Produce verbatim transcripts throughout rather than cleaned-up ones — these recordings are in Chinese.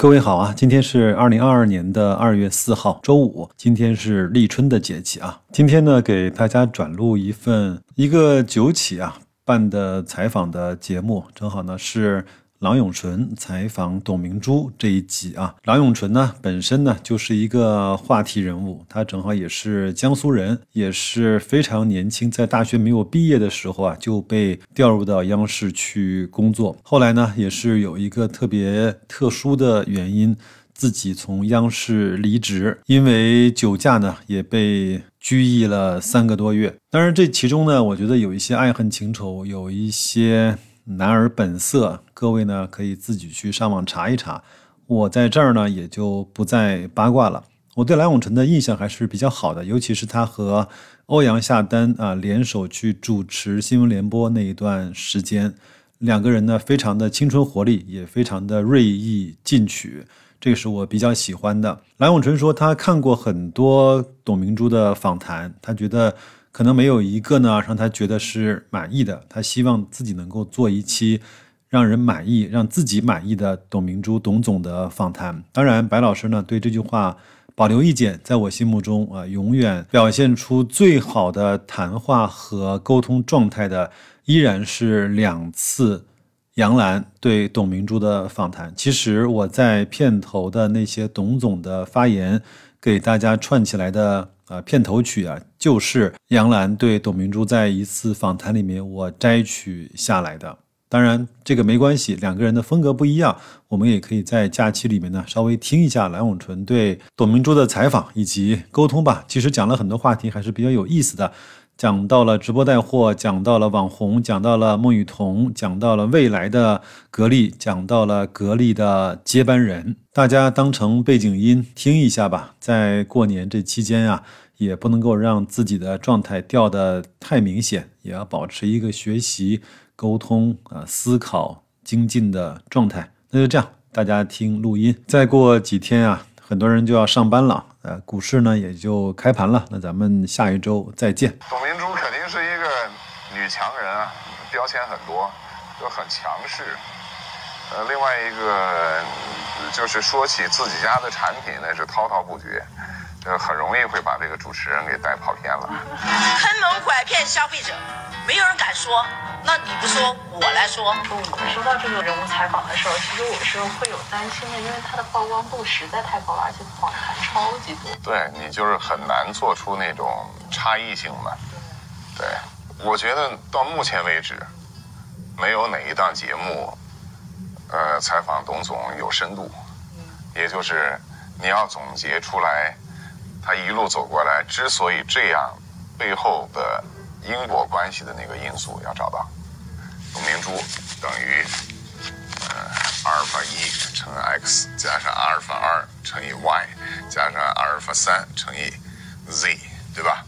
各位好啊，今天是二零二二年的二月四号，周五。今天是立春的节气啊。今天呢，给大家转录一份一个酒企啊办的采访的节目，正好呢是郎永淳采访董明珠这一集啊。郎永淳呢本身呢就是一个话题人物，他正好也是江苏人，也是非常年轻，在大学没有毕业的时候啊就被调入到央视去工作。后来呢也是有一个特别特殊的原因，自己从央视离职，因为酒驾呢也被拘役了三个多月。当然这其中呢我觉得有一些爱恨情仇，有一些男儿本色，各位呢可以自己去上网查一查，我在这儿呢也就不再八卦了。我对郎永淳的印象还是比较好的，尤其是他和欧阳夏丹啊联手去主持新闻联播那一段时间，两个人呢非常的青春活力，也非常的锐意进取，这个是我比较喜欢的。郎永淳说他看过很多董明珠的访谈，他觉得可能没有一个呢让他觉得是满意的，他希望自己能够做一期让人满意让自己满意的董明珠董总的访谈。当然白老师呢对这句话保留意见，在我心目中啊、呃，永远表现出最好的谈话和沟通状态的依然是两次杨澜对董明珠的访谈。其实我在片头的那些董总的发言给大家串起来的呃，片头曲啊，就是杨澜对董明珠在一次访谈里面我摘取下来的。当然这个没关系，两个人的风格不一样，我们也可以在假期里面呢稍微听一下郎永淳对董明珠的采访以及沟通吧。其实讲了很多话题还是比较有意思的，讲到了直播带货，讲到了网红，讲到了孟羽童，讲到了未来的格力，讲到了格力的接班人，大家当成背景音听一下吧。在过年这期间啊，也不能够让自己的状态掉得太明显，也要保持一个学习、沟通、呃、思考、精进的状态。那就这样，大家听录音。再过几天啊，很多人就要上班了，呃，股市呢也就开盘了。那咱们下一周再见。 董明珠肯定是一个女强人啊，标签很多，就很强势。呃，另外一个就是说起自己家的产品，那是滔滔不绝。这很容易会把这个主持人给带跑偏了， 坑蒙拐骗消费者，没有人敢说，那你不说，我来说。 说到这个人物采访的时候，其实我是会有担心的，因为他的曝光度实在太高了，而且访谈超级多。 对，你就是很难做出那种差异性嘛。对，我觉得到目前为止，没有哪一档节目，呃，采访董总有深度，也就是你要总结出来。他一路走过来之所以这样，背后的因果关系的那个因素要找到。董明珠等于呃阿尔法一乘 x 加上阿尔法二乘以 y 加上阿尔法三乘以 z， 对吧？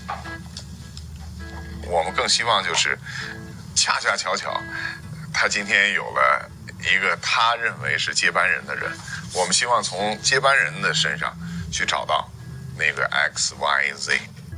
我们更希望就是恰恰巧巧他今天有了一个他认为是接班人的人，我们希望从接班人的身上去找到那个 X Y Z。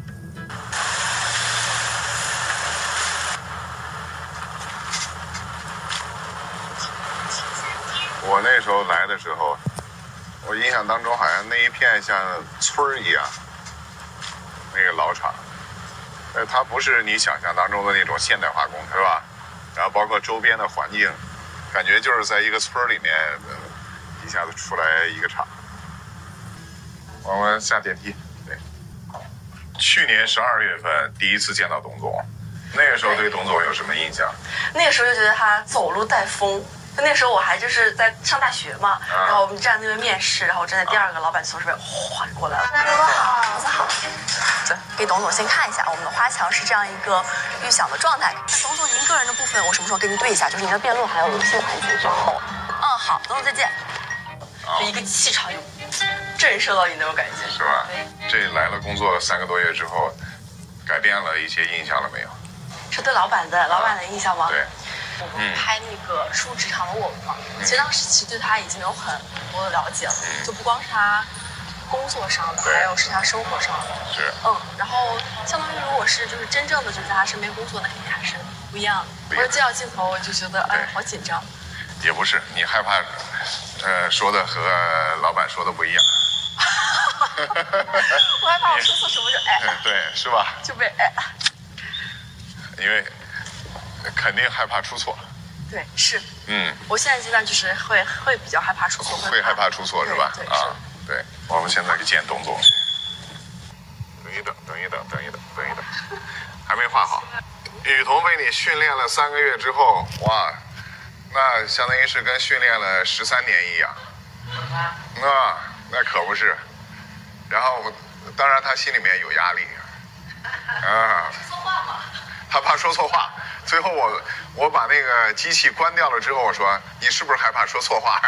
我那时候来的时候，我印象当中好像那一片像村儿一样，那个老厂，呃，它不是你想象当中的那种现代化工程，是吧？然后包括周边的环境，感觉就是在一个村里面，呃，一下子出来一个厂。我们下电梯。对，去年十二月份第一次见到董总，那个时候对董总有什么印象？ 那个时候就觉得他走路带风。那时候我还就是在上大学嘛，啊、然后我们站那边面试，然后我站在第二个老板从这边哗过来了。大家好，大家好。对，给董总先看一下，我们的花墙是这样一个预想的状态。那董总您个人的部分，我什么时候跟您对一下？就是您的辩论还有游戏环节之后。嗯，好，董总再见。就一个气场有震慑到你那种感觉， 是吧？这来了工作三个多月之后，改变了一些印象了没有？ 是对老板的、啊、老板的印象吗？ 对。 我们拍那个《初职场的我们》嘛，嗯、其实当时其实对他已经有很多的了解了，嗯、就不光是他工作上的，还有是他生活上的。 是。 嗯，然后相当于如果是就是真正的就是在他身边工作，那肯定还是不一样的。我说接到镜头，我就觉得哎，好紧张。 也不是，你害怕呃，说的和老板说的不一样。 我害怕我说错什么就哎， 对，是吧？ 就被哎。 因为肯定害怕出错。 对，是。 嗯， 我现在阶段就是会会比较害怕出错， 会害怕出错是吧？ 对， 啊，对。我们现在去见董总去。等一等，等一等，等一等，等一等，还没画好。雨桐被你训练了三个月之后，哇，那相当于是跟训练了十三年一样。那那可不是。然后，当然他心里面有压力。啊。 说话嘛。 他怕说错话。最后我我把那个机器关掉了之后，我说你是不是害怕说错话？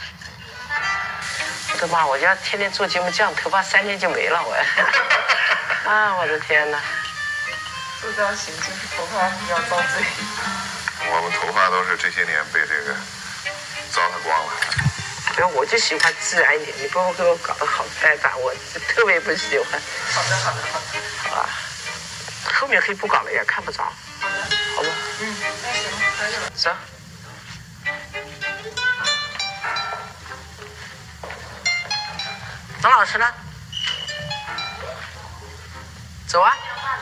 我的妈！我家天天做节目，这样头发三天就没了，我。啊，我的天哪！ 不高兴，就是头发比较遭罪。 我们头发都是这些年被这个糟蹋光了。 然后我就喜欢自然一点，你不要给我搞得好呆板，我特别不喜欢。 好的，好的，好的。 好吧，后面可以不搞了，也看不着。 好的， 好吧。 嗯，那行，可以了。 走。张老师呢？走啊。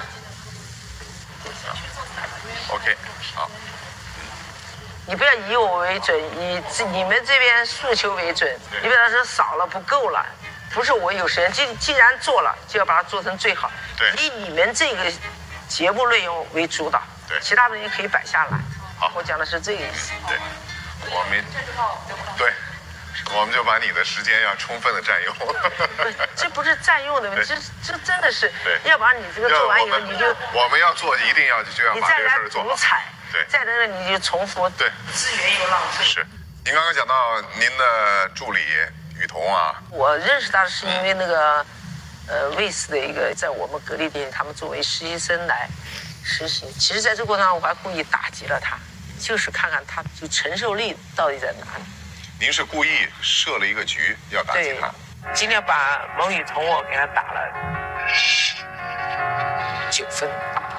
OK， 好。 你不要以我为准，以你们这边诉求为准。你比方说少了不够了，不是我有时间，既既然做了，就要把它做成最好。 对。 以你们这个节目内容为主导， 对， 其他的人可以摆下来。 好， 我讲的是这个意思。 对，我们对，我们就把你的时间要充分的占用。 不，这不是占用的问题，这这真的是， 对， 要把你这个做完以后，你就我们要做，一定要就要把这个事儿做好。 你再来补彩， 对， 再来了你就重复， 对， 资源又浪费。 是，您刚刚讲到您的助理雨桐啊， 我认识他是因为那个，呃，卫视的一个在我们格力电器，他们作为实习生来实习。其实在这个过程中，我还故意打击了他，就是看看他就承受力到底在哪里。 您是故意设了一个局要打击他？ 今天把蒙雨桐我给他打了九分。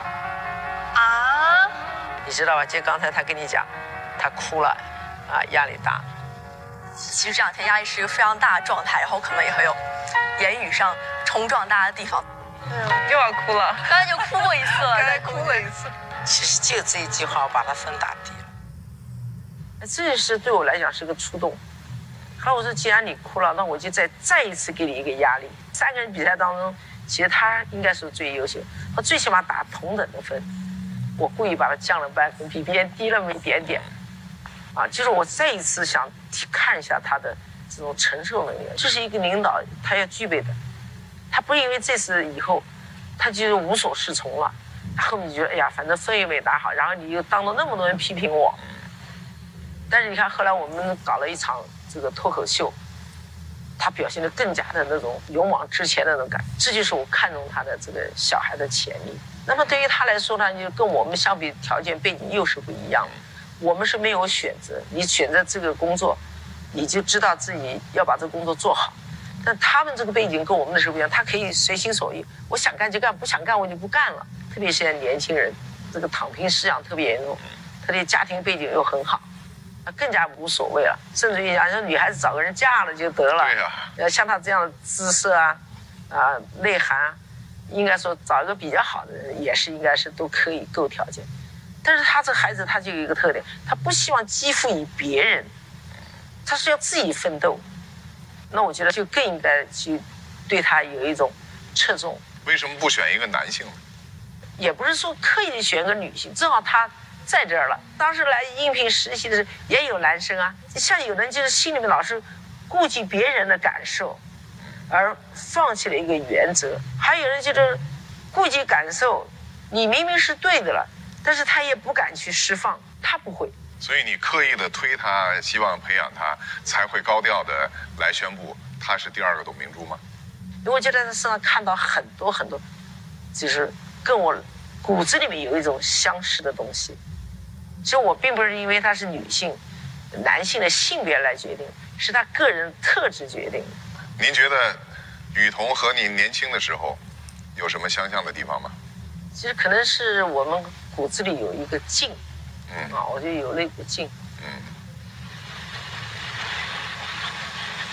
啊？ 你知道吧？就刚才他跟你讲，他哭了，啊，压力大。 其实这两天压力是一个非常大的状态，然后可能也会有言语上冲撞大家的地方。 嗯，又要哭了。 刚才就哭过一次了，再哭了一次。 其实就这一句话，我把他分打低了。这是对我来讲是个触动。后来我说，既然你哭了，那我就再再一次给你一个压力。三个人比赛当中，其实他应该是最优秀，他最起码打同等的分。我故意把他降了半分，比别人低了那么一点点。啊，就是我再一次想看一下他的这种承受能力，这是一个领导他要具备的。他不是因为这次以后，他就是无所适从了，他后面就觉得哎呀，反正分也没打好，然后你又当着那么多人批评我。但是你看，后来我们搞了一场这个脱口秀，他表现得更加的那种勇往直前的那种感，这就是我看中他的这个小孩的潜力。那么对于他来说呢，就跟我们相比，条件背景又是不一样的。我们是没有选择，你选择这个工作，你就知道自己要把这个工作做好。但他们这个背景跟我们的是不一样，他可以随心所欲，我想干就干，不想干我就不干了。特别现在年轻人，这个躺平思想特别严重，他的家庭背景又很好，更加无所谓了。甚至于讲说女孩子找个人嫁了就得了。 对呀、 啊。像他这样的姿色啊，啊内涵啊，应该说找一个比较好的人也是应该是都可以够条件。但是他这孩子他就有一个特点，他不希望依附于别人，他是要自己奋斗。那我觉得就更应该去对他有一种侧重。 为什么不选一个男性呢？ 也不是说刻意选个女性，正好他在这儿了。当时来应聘实习的时候也有男生啊，像有人就是心里面老是顾及别人的感受，而放弃了一个原则；还有人就是顾及感受，你明明是对的了。但是他也不敢去释放，他不会。 所以你刻意的推他，希望培养他，才会高调的来宣布他是第二个董明珠吗？ 我就在他身上看到很多很多，就是跟我骨子里面有一种相似的东西。其实我并不是因为他是女性、男性的性别来决定，是他个人特质决定。 您觉得雨桐和你年轻的时候有什么相像的地方吗？ 其实可能是我们骨子里有一个劲， 嗯啊，我就有那股劲。 嗯，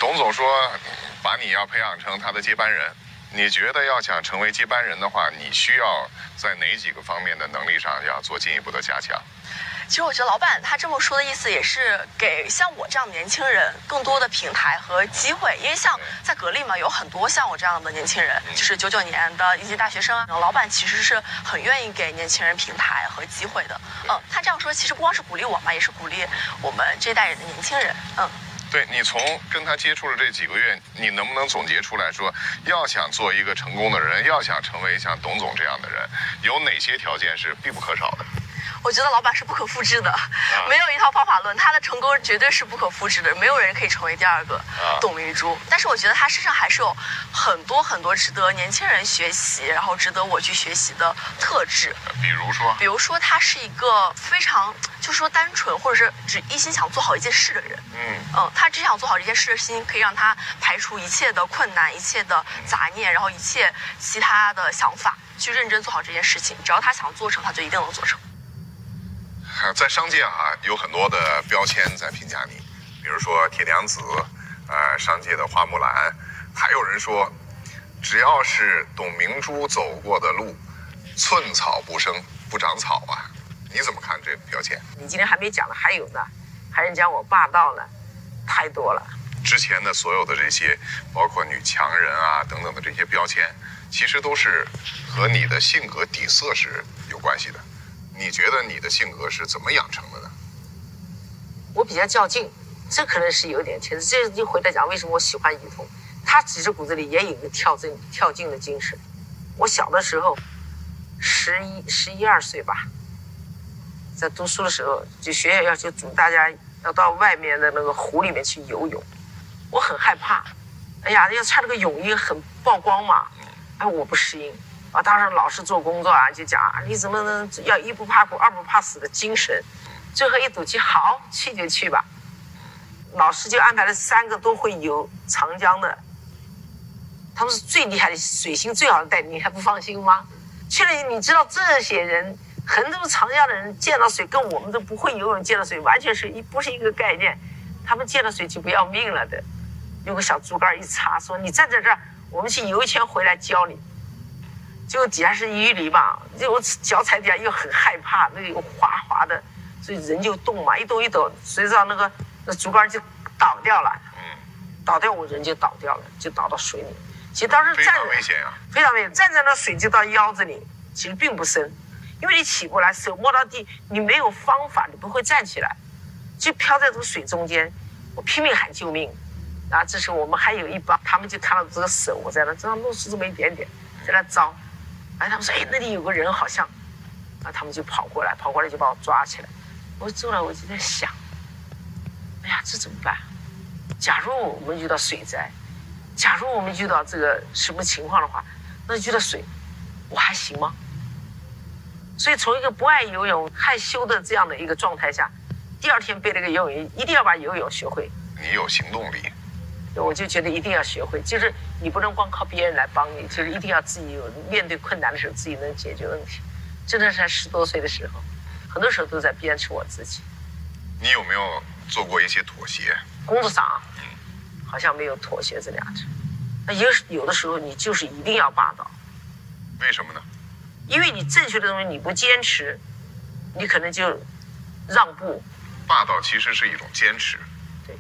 董总说，把你要培养成他的接班人。你觉得要想成为接班人的话，你需要在哪几个方面的能力上要做进一步的加强？ 其实我觉得老板他这么说的意思也是给像我这样的年轻人更多的平台和机会，因为像在格力嘛，有很多像我这样的年轻人，就是九九年的一级大学生，老板其实是很愿意给年轻人平台和机会的。嗯，他这样说其实不光是鼓励我嘛，也是鼓励我们这一代人的年轻人。嗯。 对，你从跟他接触了这几个月，你能不能总结出来说，要想做一个成功的人，要想成为像董总这样的人，有哪些条件是必不可少的？ 我觉得老板是不可复制的，啊、没有一套方法论，他的成功绝对是不可复制的，没有人可以成为第二个董明珠。啊、但是我觉得他身上还是有很多很多值得年轻人学习，然后值得我去学习的特质。 比如说， 比如说他是一个非常就是说单纯或者是只一心想做好一件事的人。嗯嗯，他只想做好这件事的心，可以让他排除一切的困难、一切的杂念，然后一切其他的想法，去认真做好这件事情。只要他想做成，他就一定能做成。 在商界啊，有很多的标签在评价你，比如说铁娘子，呃，商界的花木兰，还有人说，只要是董明珠走过的路，寸草不生，不长草啊。你怎么看这个标签？ 你今天还没讲的还有呢，还有人讲我霸道呢，太多了。 之前的所有的这些，包括女强人啊等等的这些标签，其实都是和你的性格底色是有关系的。你觉得你的性格是怎么养成的呢？ 我比较较劲，这可能是有点牵扯。这就回来讲，为什么我喜欢于彤，他其实骨子里也有一个跳进跳进的精神。我小的时候，十一十一二岁吧，在读书的时候，就学校要求组大家要到外面的那个湖里面去游泳，我很害怕。哎呀，要穿那个泳衣很曝光嘛，哎，我不适应。啊，当时老师做工作啊，就讲啊，你怎么能要一不怕苦二不怕死的精神？最后一赌气，好，去就去吧。老师就安排了三个都会游长江的，他们是最厉害的水性最好的带你还不放心吗？去了，你知道这些人，很多长江的人见到水跟我们都不会游泳见到水完全是一不是一个概念，他们见到水就不要命了的，有个小竹竿一插，说你站在这儿，我们去游一圈回来教你。就底下是淤泥嘛，就我脚踩底下又很害怕，那个有滑滑的，所以人就动嘛，一动一抖，谁知道那个那竹竿就倒掉了，倒掉我人就倒掉了，就倒到水里。其实当时站非常危险啊， 非常危险，站在那水就到腰子里，其实并不深，因为你起不来，手摸到地，你没有方法，你不会站起来，就飘在这个水中间，我拼命喊救命。然后这时候我们还有一帮，他们就看到这个手，我在那这样露出这么一点点，在那招。哎，他们说，哎，那里有个人好像，啊，他们就跑过来，跑过来就把我抓起来。我坐了，我就在想，哎呀，这怎么办？假如我们遇到水灾，假如我们遇到这个什么情况的话，那遇到水，我还行吗？所以从一个不爱游泳、害羞的这样的一个状态下，第二天背了个游泳衣，一定要把游泳学会。 你有行动力。 我就觉得一定要学会，就是你不能光靠别人来帮你，就是一定要自己有面对困难的时候自己能解决问题。真的是在十多岁的时候，很多时候都在鞭笞我自己。 你有没有做过一些妥协？ 工作上，嗯，好像没有妥协这两字。那有有的时候你就是一定要霸道。 为什么呢？ 因为你正确的东西你不坚持，你可能就让步。 霸道其实是一种坚持。 对。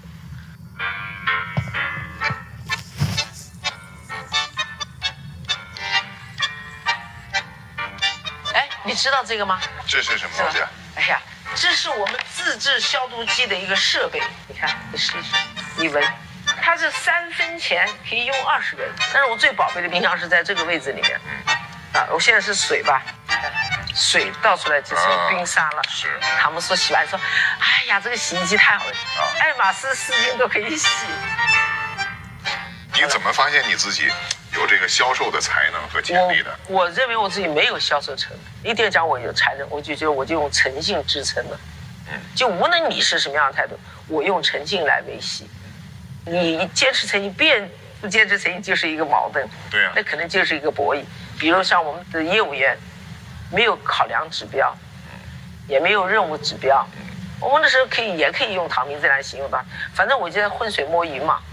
你知道这个吗？ 这是什么东西啊？ 哎呀，这是我们自制消毒机的一个设备。你看，你试一试，你闻，它是三分钱可以用二十根。但是我最宝贝的冰箱是在这个位置里面。啊，我现在是水吧，水倒出来就成冰沙了。 是。 他们说洗完说，哎呀，这个洗衣机太好了，爱马仕丝巾都可以洗。 你怎么发现你自己有这个销售的才能和潜力的？ 我, 我认为我自己没有销售成能，一定要讲我有才能，我就觉得我就用诚信支撑了。嗯，就无论你是什么样的态度，我用诚信来维系。你坚持诚信，别人不坚持诚信就是一个矛盾。 对啊， 那可能就是一个博弈。比如像我们的业务员，没有考量指标，也没有任务指标。我们那时候可以也可以用唐明这来形容它，反正我就在浑水摸鱼嘛。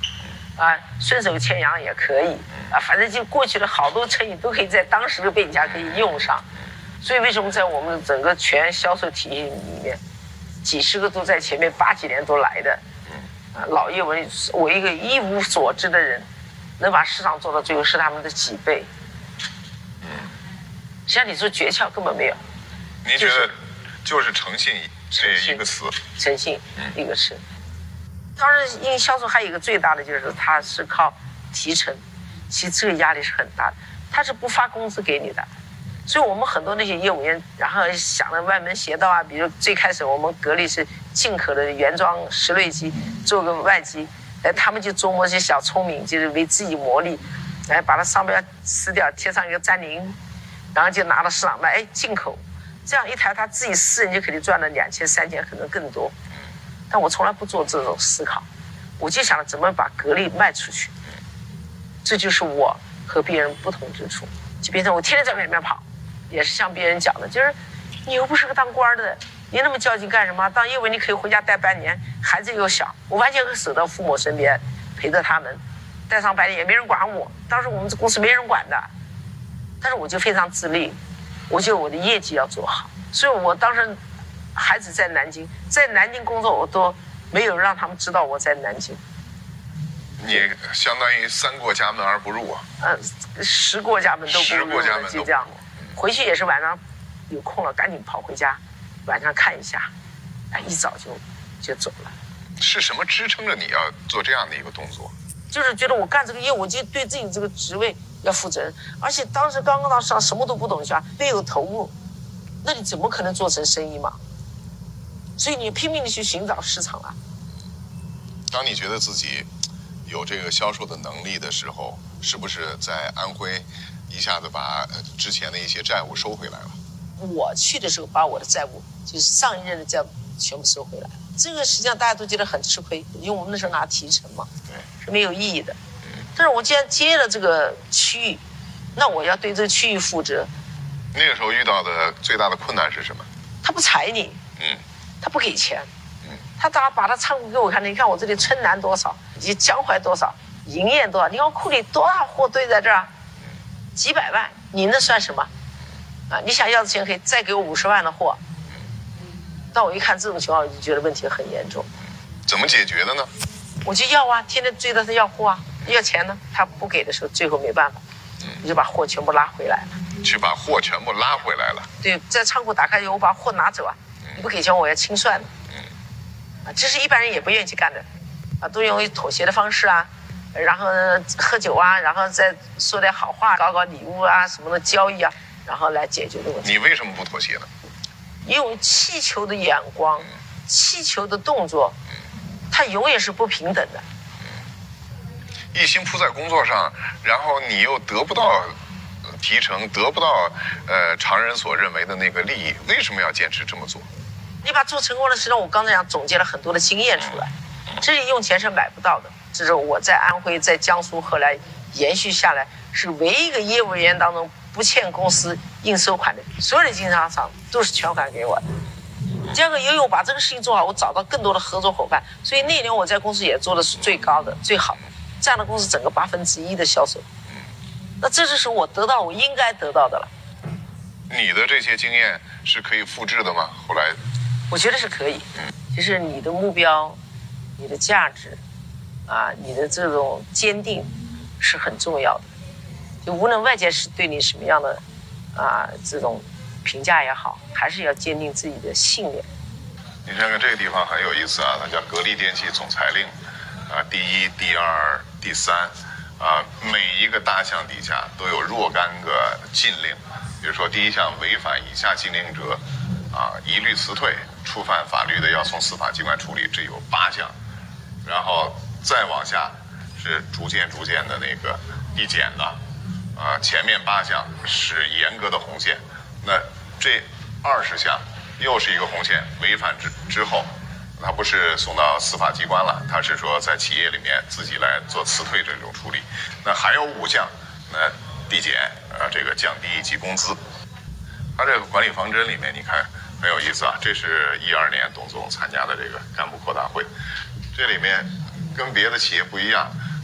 啊，顺手牵羊也可以啊，反正就过去的好多成语都可以在当时的背景下可以用上。所以为什么在我们整个全销售体系里面，几十个都在前面八几年都来的，啊，老业务我一个一无所知的人，能把市场做到最后是他们的几倍。嗯，实际上你说诀窍根本没有。 您觉得就是诚信这一个词？ 诚信一个词。当然，因为销售还有一个最大的就是它是靠提成，其实这个压力是很大的，它是不发工资给你的。所以我们很多那些业务员，然后想了歪门邪道啊，比如最开始我们格力是进口的原装石类机，做个外机，哎，他们就琢磨些小聪明，就是为自己谋利，哎，把它商标撕掉，贴上一个粘灵，然后就拿到市场卖，哎，进口，这样一台他自己私人就肯定赚了两千、三千，可能更多。但我从来不做这种思考，我就想怎么把格力卖出去，这就是我和别人不同之处。就变成我天天在外面跑。也是像别人讲的，就是你又不是个当官的，你那么较劲干什么？当业务你可以回家待半年，孩子又小，我完全可以守到父母身边，陪着他们，待上半年也没人管我。当时我们这公司没人管的，但是我就非常自立，我就我的业绩要做好。所以我当时孩子在南京，在南京工作，我都没有让他们知道我在南京。 你相当于三过家门而不入啊！ 呃，十过家门都不入， 十过家门都就这样。回去也是晚上有空了，赶紧跑回家，晚上看一下，哎，一早就就走了。 是什么支撑着你要做这样的一个动作？ 就是觉得我干这个业务，就对自己这个职位要负责任。而且当时刚刚到上，什么都不懂，下没有投入，那你怎么可能做成生意嘛？所以你拼命的去寻找市场啊。 当你觉得自己有这个销售的能力的时候，是不是在安徽？一下子把之前的一些债务收回来了。 我去的时候，把我的债务，就是上一任的债务全部收回来。这个实际上大家都觉得很吃亏，因为我们那时候拿提成嘛， 对， 是没有意义的。但是我既然接了这个区域，那我要对这个区域负责。 那个时候遇到的最大的困难是什么？ 他不裁你， 嗯， 他不给钱， 嗯， 他打把他仓库给我看，你看我这里春兰多少，以及江淮多少，银燕多少，你看库里多大货堆在这儿。几百万，你那算什么？啊，你想要的钱可以再给我五十万的货。但我一看这种情况，我就觉得问题很严重。 怎么解决的呢？ 我就要啊，天天追着他要货啊，要钱呢，他不给的时候，最后没办法，我就把货全部拉回来了。 去把货全部拉回来了。 对，在仓库打开以后，我把货拿走啊，你不给钱我要清算的。啊，这是一般人也不愿意去干的，啊，都用妥协的方式啊。然后喝酒啊，然后再说点好话，搞搞礼物啊什么的交易啊，然后来解决这个问题。 你为什么不妥协呢？ 用气球的眼光，嗯、气球的动作，它永远是不平等的。 一心扑在工作上，然后你又得不到提成，得不到呃常人所认为的那个利益，为什么要坚持这么做？ 你把做成功了，实际上我刚才讲总结了很多的经验出来，这里用钱是买不到的。这是我在安徽、在江苏后来延续下来，是唯一一个业务员当中不欠公司应收款的，所有的经销商都是全款给我的。第二个，因为我把这个事情做好，我找到更多的合作伙伴，所以那年我在公司也做的是最高的、最好的，占了公司整个八分之一的销售。那这就是我得到我应该得到的了。 你的这些经验是可以复制的吗？后来， 我觉得是可以。就是你的目标、你的价值。啊，你的这种坚定是很重要的，就无论外界是对你什么样的啊这种评价也好，还是要坚定自己的信念。 你看看这个地方很有意思啊，它叫格力电器总裁令啊，第一、第二、第三啊，每一个大项底下都有若干个禁令，比如说第一项违反以下禁令者啊，一律辞退，触犯法律的要送司法机关处理，这有八项，然后。再往下是逐渐逐渐的那个递减的，啊，前面八项是严格的红线，那这二十项又是一个红线，违反之之后，它不是送到司法机关了，它是说在企业里面自己来做辞退这种处理。那还有五项，那递减，呃，这个降低一级工资。它这个管理方针里面，你看很有意思啊，这是一二年董总参加的这个干部扩大会，这里面。跟别的企业不一样，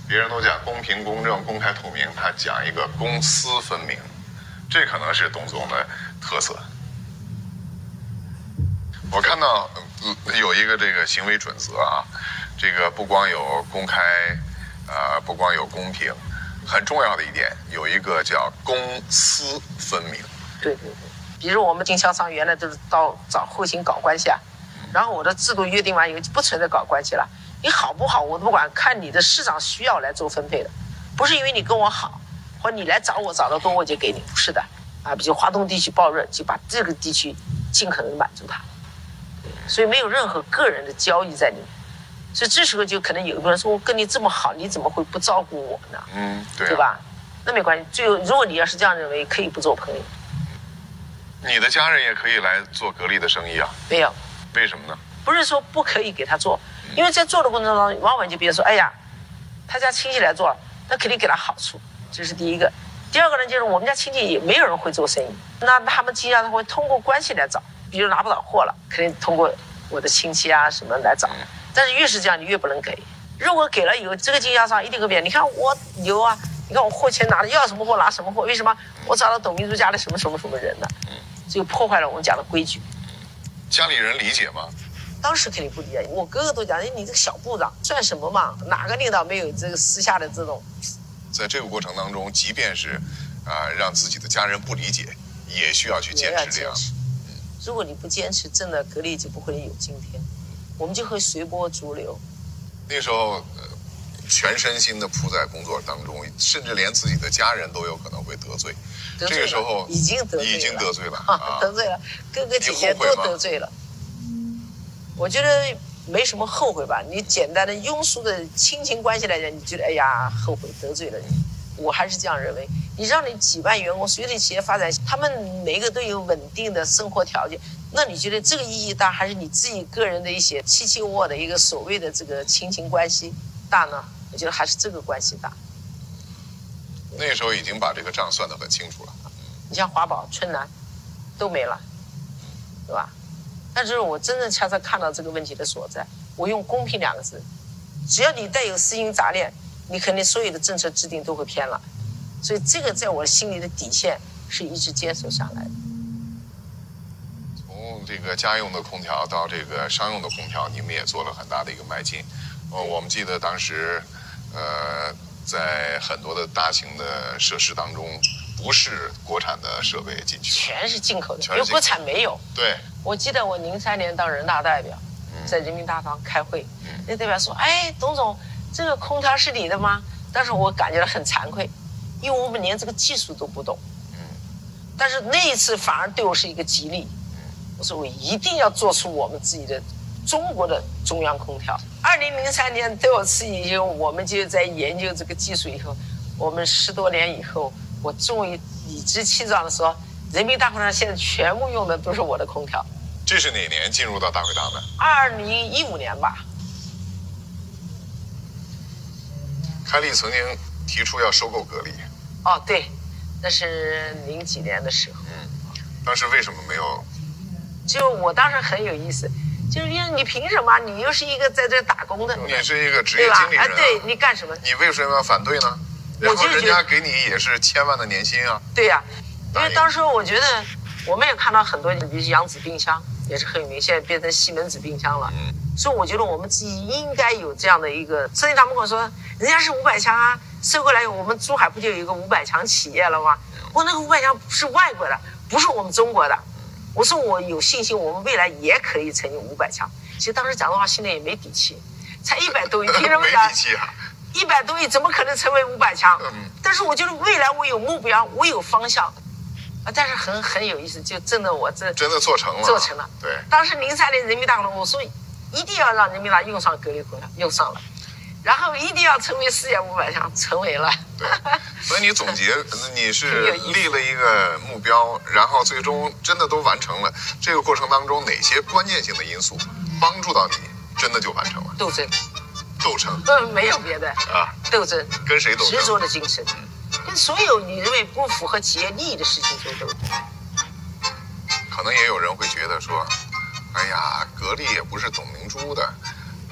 别人都讲公平、公正、公开透明，他讲一个公私分明，这可能是董总的特色。我看到有一个这个行为准则啊，这个不光有公开，呃，不光有公平，很重要的一点有一个叫公私分明。 对对对，比如我们经销商原来都是到找后勤搞关系啊，然后我的制度约定完以后就不存在搞关系了。你好不好我都不管，看你的市场需要来做分配的，不是因为你跟我好，或者你来找我找得多我就给你，不是的啊。比如华东地区爆热，就把这个地区尽可能满足它。所以没有任何个人的交易在里面，所以这时候就可能有个人说我跟你这么好，你怎么会不照顾我呢？ 嗯，对、啊， 对吧？那没关系，最后如果你要是这样认为，可以不做朋友。 你的家人也可以来做格力的生意啊？ 没有， 为什么呢？ 不是说不可以给他做，因为在做的过程中，往往就别人说，哎呀，他家亲戚来做了，那肯定给他好处，这是第一个。第二个呢，就是我们家亲戚也没有人会做生意，那他们经常会通过关系来找。比如拿不到货了，肯定通过我的亲戚啊什么来找，但是越是这样你越不能给。如果给了以后，这个经销商一定会变，你看我有啊，你看我货钱拿的，要什么货拿什么货，为什么我找到董明珠家的什么什么什么人呢？就破坏了我们讲的规矩。 家里人理解吗？ 当时肯定不理解，我哥哥都讲，你这个小部长算什么嘛？哪个领导没有这个私下的这种？ 在这个过程当中，即便是啊、呃、让自己的家人不理解，也需要去坚持这样。 如果你不坚持，真的格力就不会有今天，我们就会随波逐流。 那时候，呃，全身心的扑在工作当中，甚至连自己的家人都有可能会得罪。 得罪这个时候已经得罪了， 已经得罪了， 啊、得罪了，哥哥姐姐都得罪了。我觉得没什么后悔吧。你简单的庸俗的亲情关系来讲，你觉得哎呀后悔得罪了你，我还是这样认为。你让你几万员工，随着企业发展，他们每一个都有稳定的生活条件，那你觉得这个意义大，还是你自己个人的一些卿卿我我的一个所谓的这个亲情关系大呢？我觉得还是这个关系大。 那时候已经把这个账算得很清楚了。 你像华宝、春楠都没了，对吧？但是我真正恰恰看到这个问题的所在，我用公平两个字，只要你带有私心杂念，你肯定所有的政策制定都会偏了。所以这个在我心里的底线是一直坚守下来的。 从这个家用的空调到这个商用的空调，你们也做了很大的一个迈进。呃，我们记得当时，呃，在很多的大型的设施当中，不是国产的设备进去， 全是进口的， 全是进口的因为国产没有。 对， 我记得我零三年当人大代表，在人民大堂开会， 嗯、 那代表说：“哎，董总，这个空调是你的吗？”但是我感觉到很惭愧。因为我们连这个技术都不懂，嗯，但是那一次反而对我是一个激励，我说我一定要做出我们自己的中国的中央空调。二零零三年对我刺激以后，我们就在研究这个技术以后，我们十多年以后，我终于理直气壮的说，人民大会堂现在全部用的都是我的空调。 这是哪年进入到大会堂的？ 二零一五年吧。 开利曾经提出要收购格力。 哦，对，那是零几年的时候。 嗯，当时为什么没有？ 就我当时很有意思，就是因为你凭什么？你又是一个在这打工的， 你是一个职业经理人、啊， 哎，对你干什么？ 你为什么要反对呢？然后人家给你也是千万的年薪啊。 对呀、啊，因为当时我觉得我们也看到很多，比如扬子冰箱也是很有名，现在变成西门子冰箱了。嗯。所以我觉得我们自己应该有这样的一个，所以他们跟我说，人家是五百强啊，收过来我们珠海不就有一个五百强企业了吗？我那个五百强是外国的，不是我们中国的。我说我有信心，我们未来也可以成为五百强。其实当时讲的话，心里也没底气，才一百多亿，凭什么讲？ 没底气啊！ 一百多亿怎么可能成为五百强？嗯。但是我觉得未来我有目标，我有方向。啊，但是很很有意思，就真的我这真的做成了， 做成了。 对。 当时零三年人民大会堂，我说。一定要让人民大用上格力空调，用上了，然后一定要成为世界五百强，成为了。 对，所以你总结，你是立了一个目标，然后最终真的都完成了。这个过程当中，哪些关键性的因素帮助到你，真的就完成了？ 斗争， 斗争， 嗯，没有别的啊，斗争， 跟谁斗争？ 执着的精神，跟所有你认为不符合企业利益的事情做斗争。 可能也有人会觉得说。哎呀，格力也不是董明珠的，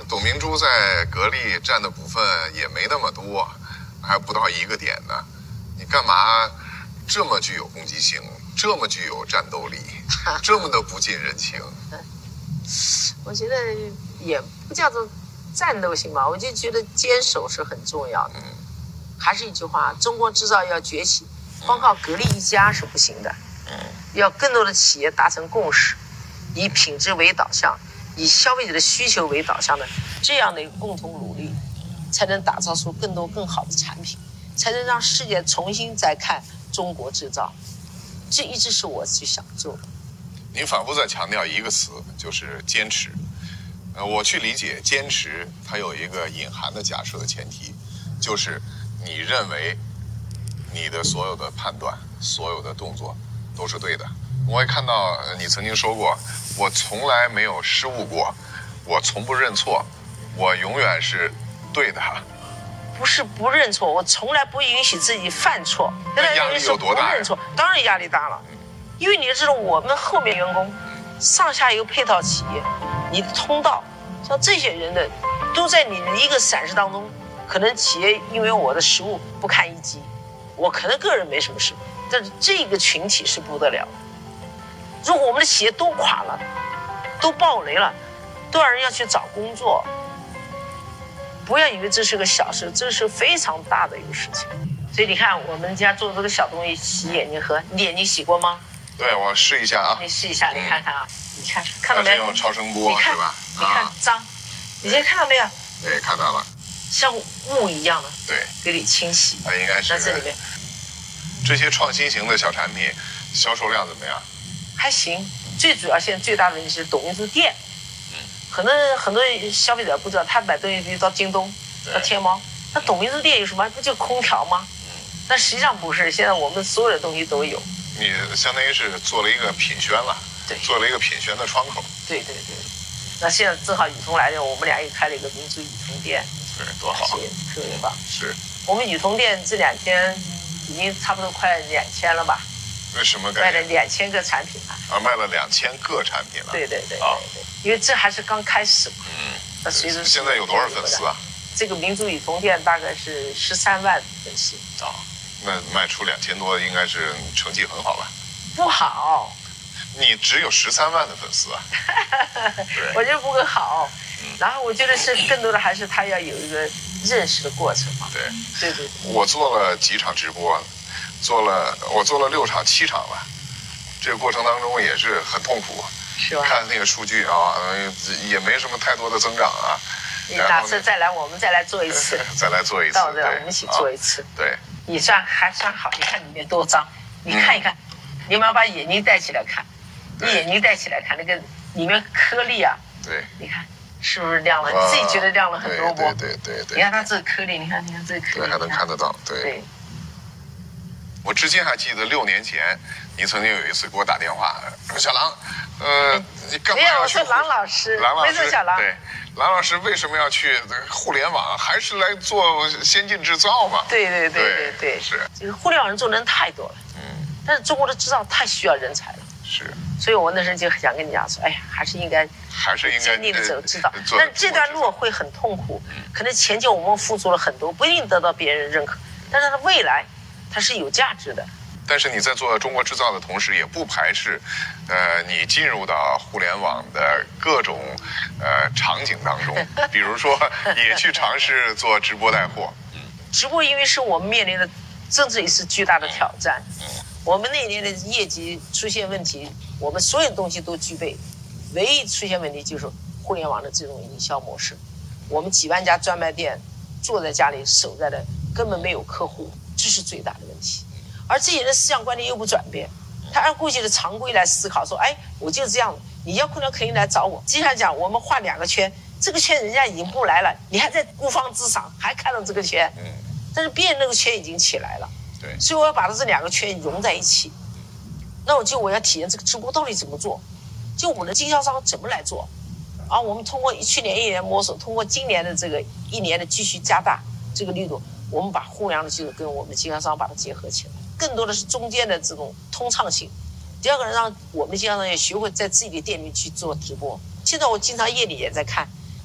董明珠在格力占的股份也没那么多，还不到一个点呢，你干嘛这么具有攻击性，这么具有战斗力，这么的不近人情？ 我觉得也不叫做战斗性吧，我就觉得坚守是很重要的。 嗯， 还是一句话，中国制造要崛起，光靠格力一家是不行的。 嗯， 要更多的企业达成共识，以品质为导向，以消费者的需求为导向的这样的一个共同努力，才能打造出更多更好的产品，才能让世界重新再看中国制造。这一直是我去想做的。 您反复在强调一个词，就是坚持。呃，我去理解坚持，它有一个隐含的假设的前提，就是你认为你的所有的判断、所有的动作都是对的。我也看到你曾经说过，我从来没有失误过，我从不认错，我永远是对的。 不是不认错，我从来不允许自己犯错。 那压力有多大？ 不认错，当然压力大了。因为你知道，我们后面员工上下游配套企业，你的通道，像这些人的，都在你的一个闪失当中，可能企业因为我的失误不堪一击，我可能个人没什么事，但是这个群体是不得了。如果我们的企业都垮了，都爆雷了，多少人要去找工作，不要以为这是个小事，这是非常大的一个事情。所以你看，我们家做这个小东西，洗眼睛盒，你眼睛洗过吗？ 对，我试一下啊。 你试一下，你看看啊，你看看到没有？ 用超声波是吧？ 你看脏，你先看到没有？ 对，看到了。 像雾一样的， 对， 给你清洗。 它应该是。 在这里面， 这些创新型的小产品销售量怎么样？ 还行。最主要现在最大的问题是董明珠店， 嗯， 很多很多消费者不知道，他买东西必须到京东、到天猫，那董明珠店有什么？不就空调吗？嗯，但实际上不是，现在我们所有的东西都有。 你相当于是做了一个品宣了， 对， 做了一个品宣的窗口。 对对对，那现在正好雨桐来了，我们俩又开了一个明珠雨桐店， 对，多好， 特别棒。 是， 我们雨桐店这两天已经差不多快两千了吧？ 为什么卖了两千个产品了？ 啊，卖了两千个产品了。 对对对啊， 因为这还是刚开始嘛。 嗯， 那随着现在有多少粉丝啊？ 这个明珠雨桐店大概是十三万粉丝啊。那卖出两千多，应该是成绩很好吧？ 不好， 你只有十三万的粉丝啊！ 我觉得不够好。嗯、然后我觉得是更多的还是他要有一个认识的过程嘛。 对对对。 我做了几场直播，做了我做了六场七场了，这个过程当中也是很痛苦。 是吧？ 看那个数据啊，也没什么太多的增长啊。 你哪次再来，我们再来做一次。 再来做一次。 到这，我们一起做一次。 对。 你算还算好，你看里面多脏，你看一看，嗯、你们要把眼睛戴起来看，你眼睛戴起来看，那个里面颗粒啊， 对， 你看是不是亮了？你自己觉得亮了很多不？ 对对对 对, 对。 你看它这个颗粒，你看你看这个颗粒， 还能看得到，对。 对。 我至今还记得六年前，你曾经有一次给我打电话，说小郎，呃，你干嘛要去？ 没有，我是郎老师， 郎老师， 没说小郎。 对。郎老师为什么要去互联网？还是来做先进制造嘛？ 对对对对对， 是。 这个互联网人做的人太多了，嗯，但是中国的制造太需要人才了， 是。 所以我那时候就想跟你讲说，哎呀，还是应该， 还是应该尽力的走制造。但这段路会很痛苦，可能前期我们付出了很多，不一定得到别人认可，但是它未来它是有价值的。 但是你在做中国制造的同时，也不排斥，呃，你进入到互联网的各种呃场景当中，比如说也去尝试做直播带货。 嗯，直播因为是我们面临的政治也是巨大的挑战。嗯，我们那年的业绩出现问题，我们所有东西都具备，唯一出现问题就是互联网的这种营销模式。我们几万家专卖店坐在家里守在的，根本没有客户，这是最大的问题。而这些人思想观念又不转变，他按过去的常规来思考，说，哎，我就这样的，你要空调肯定来找我。经常讲，我们画两个圈，这个圈人家已经不来了，你还在孤芳自赏，还看到这个圈，嗯，但是别人那个圈已经起来了， 对， 所以我要把这两个圈融在一起。那我就我要体验这个直播到底怎么做，就我的经销商怎么来做，啊，我们通过去年一年摸索，通过今年的这个一年的继续加大这个力度，我们把互联网的技术跟我们的经销商把它结合起来。更多的是中间的这种通畅性。第二个，让我们经销商也学会在自己的店里去做直播。现在我经常夜里也在看，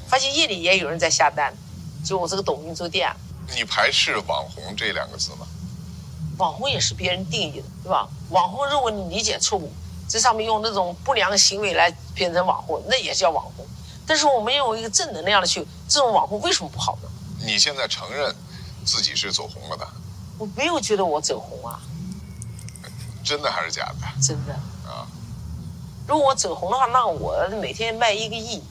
发现夜里也有人在下单，就我这个董明珠店。 你排斥网红这两个字吗？ 网红也是别人定义的，对吧？网红如果你理解错误，这上面用那种不良行为来变成网红，那也叫网红。但是我们用一个正能量的去，这种网红为什么不好呢？ 你现在承认自己是走红了的？ 我没有觉得我走红啊。 真的还是假的？ 真的啊。 如果我走红的话，那我每天卖一个亿。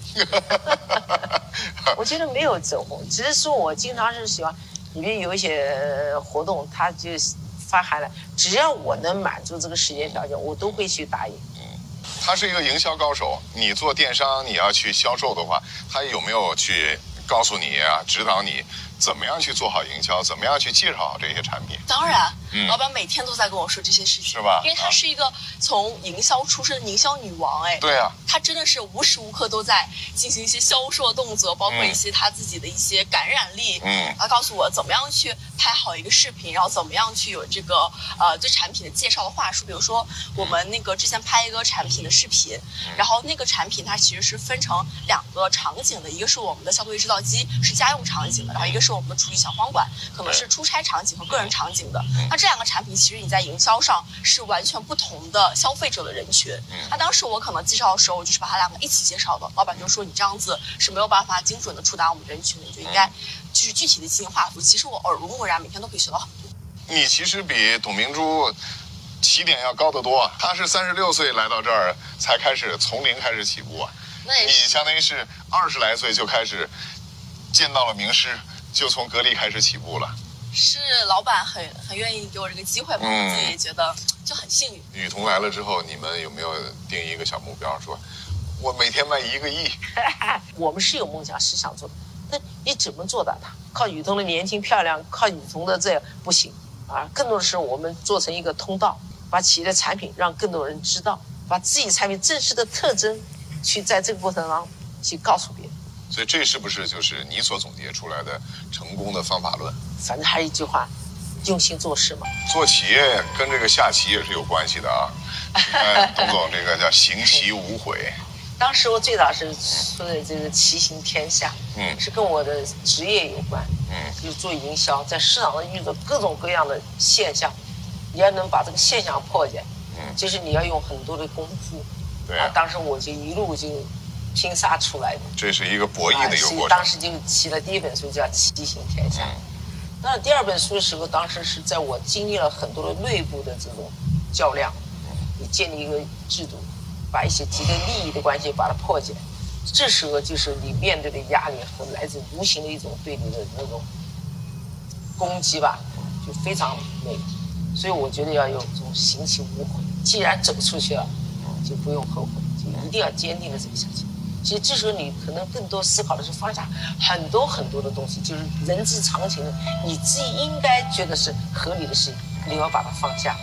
我觉得没有走红，只是说我经常是喜欢里面有一些活动，他就发函了，只要我能满足这个时间条件，我都会去答应。 嗯，他是一个营销高手，你做电商，你要去销售的话，他有没有去告诉你啊，指导你怎么样去做好营销，怎么样去介绍好这些产品？ 当然， 嗯、 老板每天都在跟我说这些事情， 是吧？ 因为她是一个从营销出身的营销女王，哎， 对啊， 她真的是无时无刻都在进行一些销售动作，包括一些她自己的一些感染力。 嗯， 她告诉我怎么样去拍好一个视频，然后怎么样去有这个呃对产品的介绍的话术。比如说我们那个之前拍一个产品的视频， 嗯、 然后那个产品它其实是分成两个场景的，一个是我们的消毒液制造机，是家用场景的，然后一个是我们的厨艺小方馆，可能是出差场景和个人场景的。那这两个产品其实你在营销上是完全不同的消费者的人群。那当时我可能介绍的时候，我就是把它两个一起介绍的。老板就说你这样子是没有办法精准的触达我们人群的，你就应该就是具体的进行画符。其实我耳濡目染，每天都可以学到很多。 你其实比董明珠起点要高得多，她是三十六岁来到这儿才开始从零开始起步啊。 那也你相当于是二十来岁就开始见到了名师，就从格力开始起步了。 是老板很很愿意给我这个机会吧， 嗯、 我自己也觉得就很幸运。 雨桐来了之后，你们有没有定一个小目标，说我每天卖一个亿？ 我们是有梦想，是想做的，那你怎么做到它？靠雨桐的年轻漂亮，靠雨桐的这不行啊！更多的是我们做成一个通道，把企业的产品让更多人知道，把自己产品正式的特征，去在这个过程当中去告诉别人。 所以这是不是就是你所总结出来的成功的方法论？ 反正还是一句话，用心做事嘛。 做企业跟这个下棋也是有关系的啊。哎，董总，这个叫行棋无悔。 当时我最早是说的这个棋行天下， 嗯， 是跟我的职业有关， 嗯， 就是做营销，在市场上遇到各种各样的现象，你要能把这个现象破解， 嗯， 就是你要用很多的功夫。 对啊， 当时我就一路就拼杀出来的。 这是一个博弈的一个过程。 当时就起了第一本书叫《棋行天下》，那、嗯、第二本书的时候，当时是在我经历了很多的内部的这种较量，你建立一个制度，把一些既得利益的关系把它破解。这时候就是你面对的压力和来自无形的一种对你的那种攻击吧，就非常累。所以我觉得要有这种行棋无悔，既然走出去了，就不用后悔，就一定要坚定的走下去。其实这时候你可能更多思考的是放下很多很多的东西，就是人之常情的，你自己应该觉得是合理的事情，你要把它放下。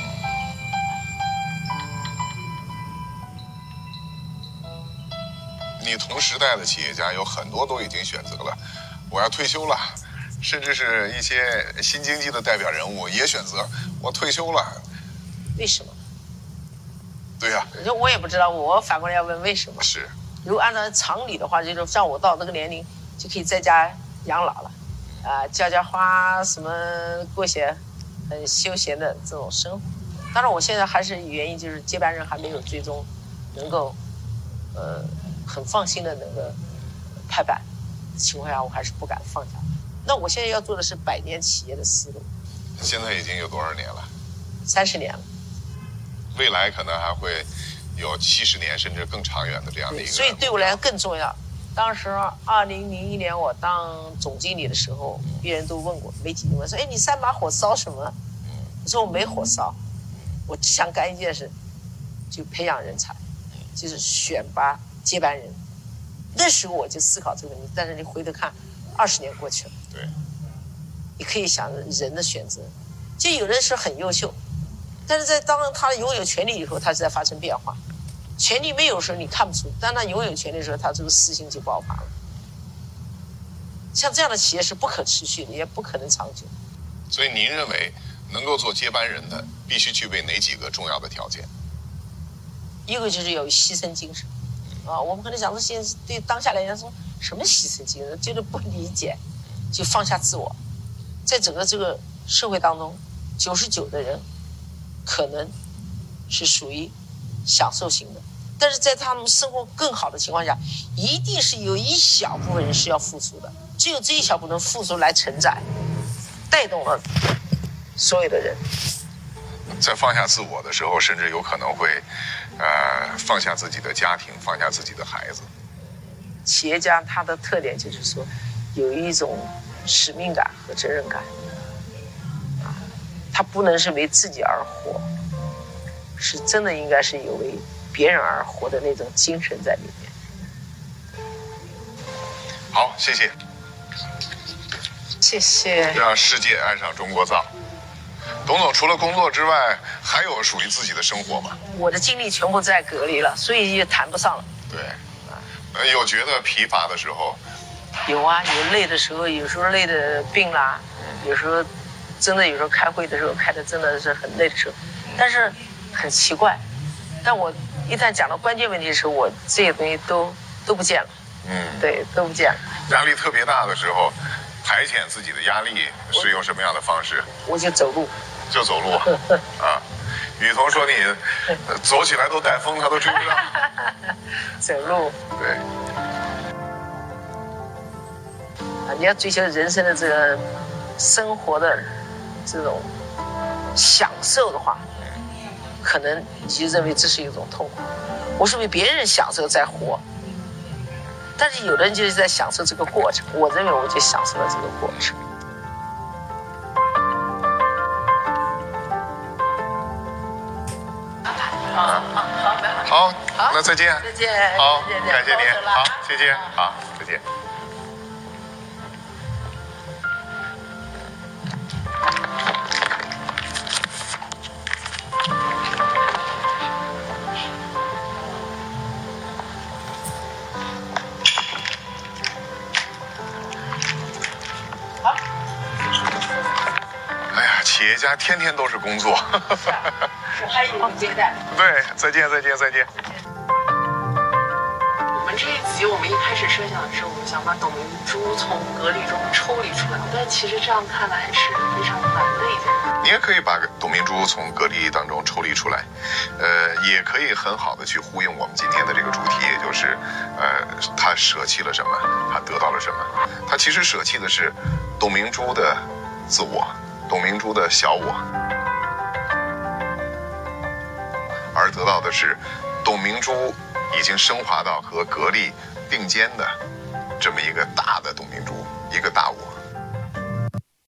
你同时代的企业家有很多都已经选择了，我要退休了，甚至是一些新经济的代表人物也选择我退休了。 为什么？ 对呀、 啊，我也不知道，我反过来要问为什么。 是。 如果按照常理的话，就是像我到这个年龄，就可以在家养老了，啊、呃，浇浇花，什么过些很休闲的这种生活。当然，我现在还是原因就是接班人还没有最终能够，呃，很放心的那个拍板情况下，我还是不敢放下。那我现在要做的是百年企业的思路。 现在已经有多少年了？ 三十年了。 未来可能还会有七十年甚至更长远的这样的一个， 所以对我来说更重要。当时二零零一年我当总经理的时候，别人都问过，媒体问说：“哎，你三把火烧什么？”我说：“我没火烧，我只想干一件事，就培养人才，就是选拔接班人。”那时候我就思考这个问题，但是你回头看，二十年过去了， 对， 你可以想人的选择，就有人是很优秀。但是在当他拥有权利以后，他是在发生变化。权利没有时候你看不出，当他拥有权利的时候，他这个私心就爆发了。像这样的企业是不可持续的，也不可能长久。 所以您认为能够做接班人的，必须具备哪几个重要的条件？ 一个就是有牺牲精神，啊，我们可能讲说现在对当下来讲说， 什么牺牲精神？就是不理解，就放下自我。在整个这个社会当中，九十九的人可能是属于享受型的，但是在他们生活更好的情况下，一定是有一小部分人是要付出的，只有这一小部分付出来承载，带动了所有的人。 在放下自我的时候，甚至有可能会，呃，放下自己的家庭，放下自己的孩子。 企业家他的特点就是说，有一种使命感和责任感，啊，他不能是为自己而活，是真的应该是有为别人而活的那种精神在里面。 好，谢谢。 谢谢。 让世界爱上中国造。董总除了工作之外，还有属于自己的生活吗？ 我的精力全部在隔离了，所以也谈不上了。 对，呃，有觉得疲乏的时候？ 有啊，有累的时候，有时候累的病啦，有时候真的有时候开会的时候开的真的是很累的时候，但是很奇怪，但我一旦讲到关键问题的时候，我这些东西都都不见了。嗯，对，都不见了。 压力特别大的时候，排遣自己的压力是用什么样的方式？ 我就走路。 就走路啊！雨桐说你走起来都带风，他都追不上。 走路。 对。 啊，你要追求人生的这个生活的这种享受的话，可能你就认为这是一种痛苦。我是为别人享受在活，但是有的人就是在享受这个过程。我认为我就享受了这个过程。 好，好，好，那再见， 再见， 好，感谢您，好，谢谢，好，再见。 好。 哎呀，企业家天天都是工作。 我还有接待。 对，再见，再见，再见。 我们这一集我们一开始设想的是，我们想把董明珠从隔离中抽离出来，但其实这样看来是非常难的一件事。 你也可以把董明珠从隔离当中抽离出来，呃，也可以很好的去呼应我们今天的这个主题，也就是，呃，他舍弃了什么，他得到了什么？他其实舍弃的是董明珠的自我，董明珠的小我。而得到的是董明珠已经升华到和格力并肩的这么一个大的董明珠，一个大我。